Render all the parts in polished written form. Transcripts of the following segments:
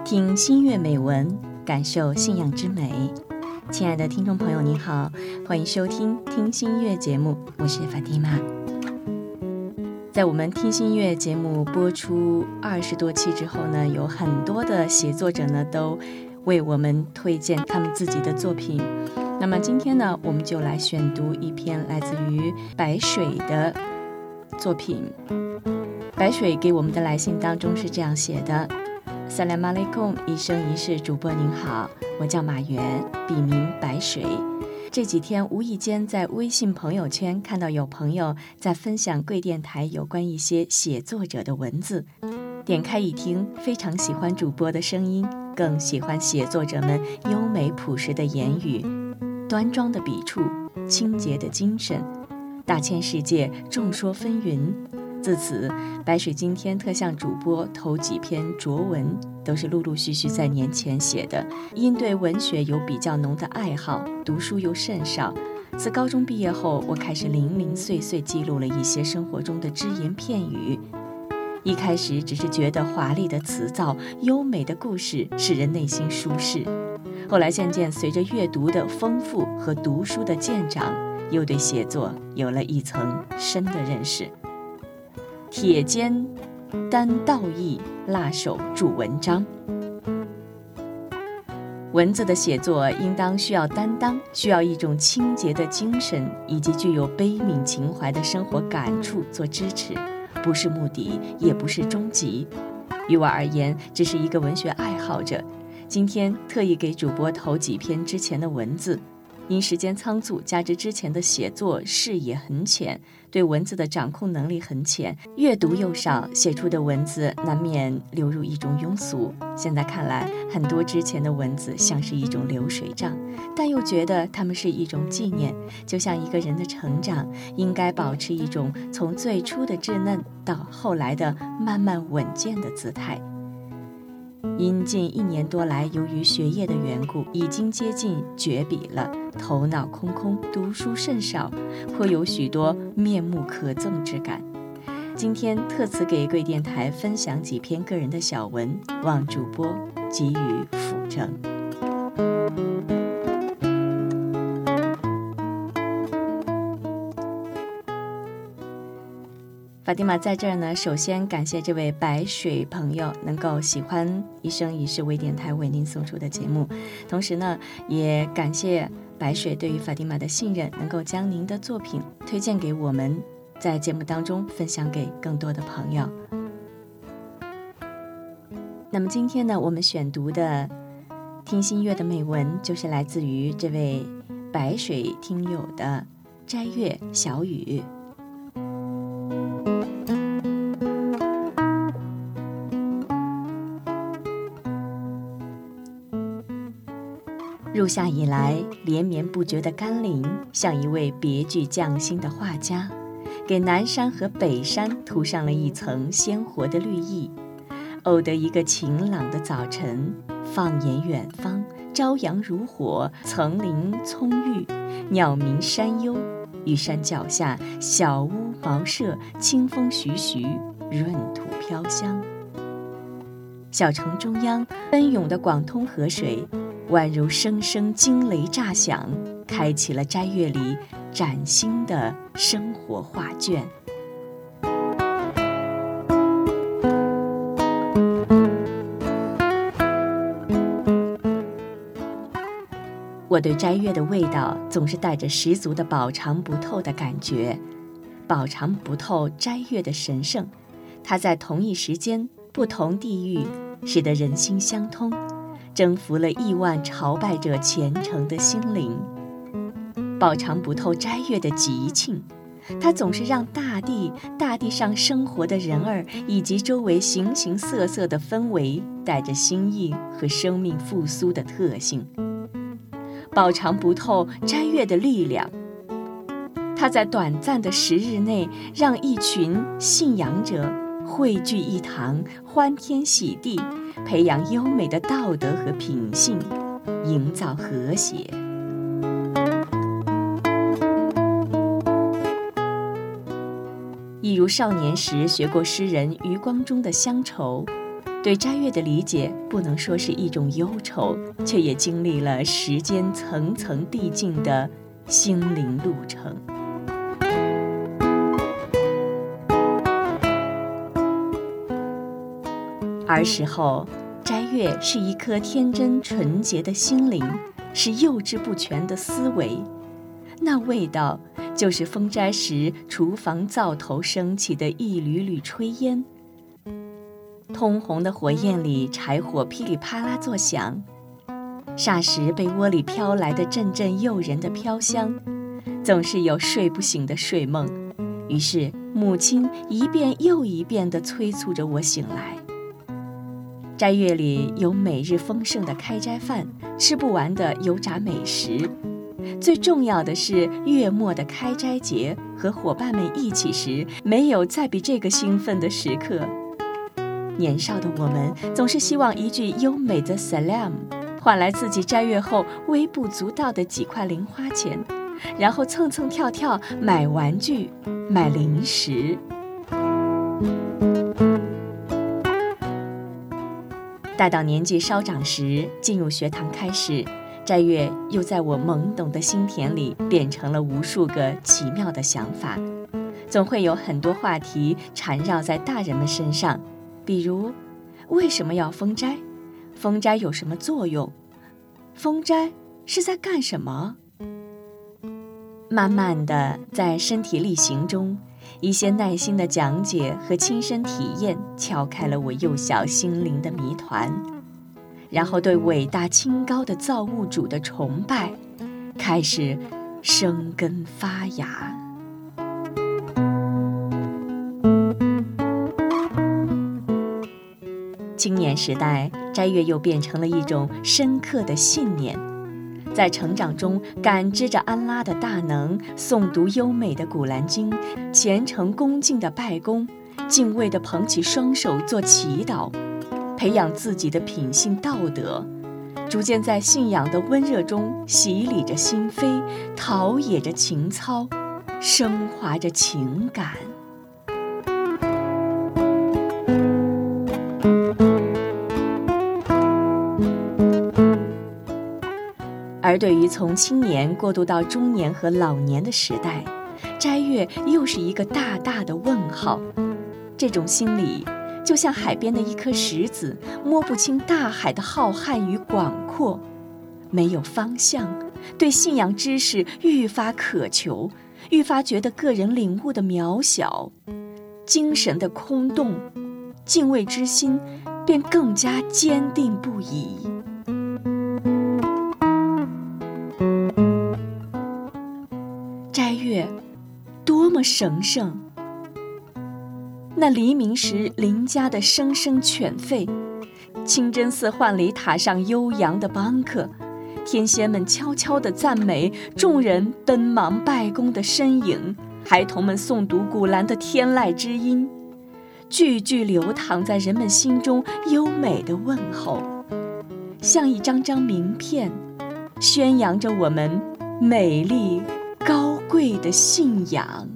听新月美文，感受信仰之美。亲爱的听众朋友您好，欢迎收听听新月节目，我是法蒂玛。在我们听新月节目播出20多期之后呢，有很多的写作者呢都为我们推荐他们自己的作品。那么今天呢，我们就来选读一篇来自于白水的作品。白水给我们的来信当中是这样写的：Salam alaikum， 一生一世主播您好，我叫马原，笔名白水。这几天无意间在微信朋友圈看到有朋友在分享贵电台有关一些写作者的文字，点开一听，非常喜欢主播的声音，更喜欢写作者们优美朴实的言语，端庄的笔触，清洁的精神，大千世界，众说纷纭。自此，白水今天特向主播投几篇拙文，都是陆陆续续在年前写的。因对文学有比较浓的爱好，读书又甚少。自高中毕业后，我开始零零碎碎记录了一些生活中的只言片语。一开始只是觉得华丽的词藻、优美的故事使人内心舒适，后来渐渐随着阅读的丰富和读书的渐长，又对写作有了一层深的认识。铁肩担道义，辣手著文章。文字的写作应当需要担当，需要一种清洁的精神以及具有悲悯情怀的生活感触做支持，不是目的，也不是终极。于我而言，只是一个文学爱好者。今天特意给主播投几篇之前的文字，因时间仓促，加之之前的写作视野很浅，对文字的掌控能力很浅，阅读又少，写出的文字难免流入一种庸俗。现在看来，很多之前的文字像是一种流水账，但又觉得它们是一种纪念，就像一个人的成长，应该保持一种从最初的稚嫩到后来的慢慢稳健的姿态。因近1年多来，由于学业的缘故，已经接近绝笔了，头脑空空，读书甚少，颇有许多面目可憎之感。今天特此给贵电台分享几篇个人的小文，望主播给予辅正。法蒂玛在这儿呢，首先感谢这位白水朋友能够喜欢一生一世微电台为您送出的节目，同时呢，也感谢白水对于法蒂玛的信任，能够将您的作品推荐给我们，在节目当中分享给更多的朋友。那么今天呢，我们选读的听新月的美文，就是来自于这位白水听友的摘月小语。入夏以来，连绵不绝的甘霖像一位别具匠心的画家，给南山和北山涂上了一层鲜活的绿意。偶得一个晴朗的早晨，放眼远方，朝阳如火，层林葱郁，鸟鸣山幽。玉山脚下，小屋茅舍，清风徐徐，润土飘香。小城中央，奔涌的广通河水宛如声声惊雷炸响，开启了斋月里崭新的生活画卷。我对斋月的味道总是带着十足的饱尝不透的感觉，饱尝不透斋月的神圣。它在同一时间，不同地域，使得人心相通，征服了亿万朝拜者虔诚的心灵。饱尝不透斋月的吉庆，它总是让大地上生活的人儿以及周围形形色色的氛围带着新意和生命复苏的特性。饱尝不透斋月的力量，它在短暂的10日内让一群信仰者汇聚一堂，欢天喜地，培养优美的道德和品性，营造和谐。一如少年时学过诗人余光中的乡愁， 对斋月的理解不能说是一种忧愁，却也经历了时间层层递进的心灵路程。儿时候，斋月是一颗天真纯洁的心灵，是幼稚不全的思维。那味道就是封斋时厨房灶头升起的一缕缕炊烟，通红的火焰里柴火噼里啪啦作响，霎时被窝里飘来的阵阵诱人的飘香，总是有睡不醒的睡梦。于是母亲一遍又一遍地催促着我醒来。斋月里有每日丰盛的开斋饭，吃不完的油炸美食，最重要的是月末的开斋节，和伙伴们一起时，没有再比这个兴奋的时刻。年少的我们总是希望一句优美的 Salam 换来自己斋月后微不足道的几块零花钱，然后蹭蹭跳跳买玩具买零食。待到年纪稍长时，进入学堂开始，斋月又在我懵懂的心田里变成了无数个奇妙的想法，总会有很多话题缠绕在大人们身上，比如为什么要封斋？封斋有什么作用？封斋是在干什么？慢慢的，在身体力行中，一些耐心的讲解和亲身体验敲开了我幼小心灵的谜团，然后对伟大清高的造物主的崇拜开始生根发芽。青年时代，斋月又变成了一种深刻的信念，在成长中感知着安拉的大能，诵读优美的古兰经，虔诚恭敬的拜功，敬畏地捧起双手做祈祷，培养自己的品性道德，逐渐在信仰的温热中洗礼着心扉，陶冶着情操，升华着情感。而对于从青年过渡到中年和老年的时代，斋月又是一个大大的问号。这种心理就像海边的一颗石子，摸不清大海的浩瀚与广阔，没有方向，对信仰知识愈发渴求，愈发觉得个人领悟的渺小，精神的空洞，敬畏之心便更加坚定不移。斋月多么神圣！那黎明时邻家的声声犬吠，清真寺幻礼塔上悠扬的邦克，天仙们悄悄地赞美，众人奔忙拜功的身影，孩童们诵读古兰的天籁之音，句句流淌在人们心中优美的问候，像一张张名片，宣扬着我们美丽高贵的信仰。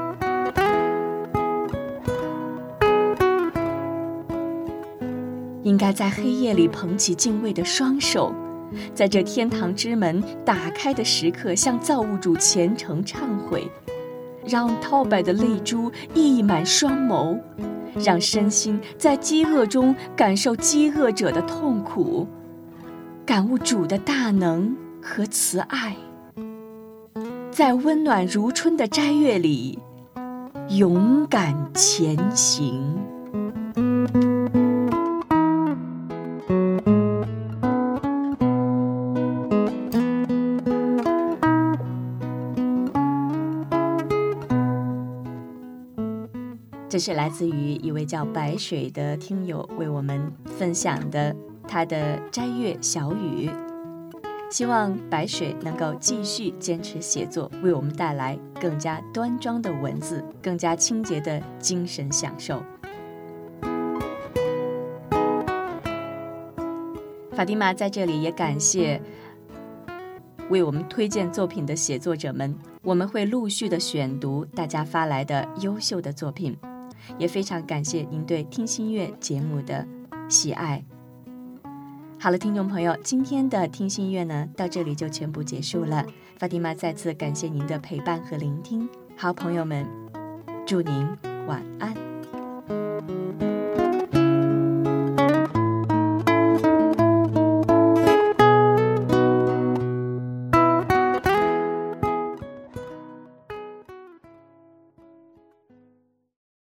应该在黑夜里捧起敬畏的双手，在这天堂之门打开的时刻向造物主虔诚忏悔，让陶白的泪珠溢满双眸，让身心在饥饿中感受饥饿者的痛苦，感悟主的大能和慈爱，在温暖如春的斋月里勇敢前行。这是来自于一位叫白水的听友为我们分享的他的斋月小语，希望白水能够继续坚持写作，为我们带来更加端庄的文字，更加清洁的精神享受。法蒂玛在这里也感谢为我们推荐作品的写作者们，我们会陆续的选读大家发来的优秀的作品，也非常感谢您对听心乐节目的喜爱。好了，听众朋友，今天的听心乐呢，到这里就全部结束了。法蒂玛再次感谢您的陪伴和聆听，好朋友们，祝您晚安。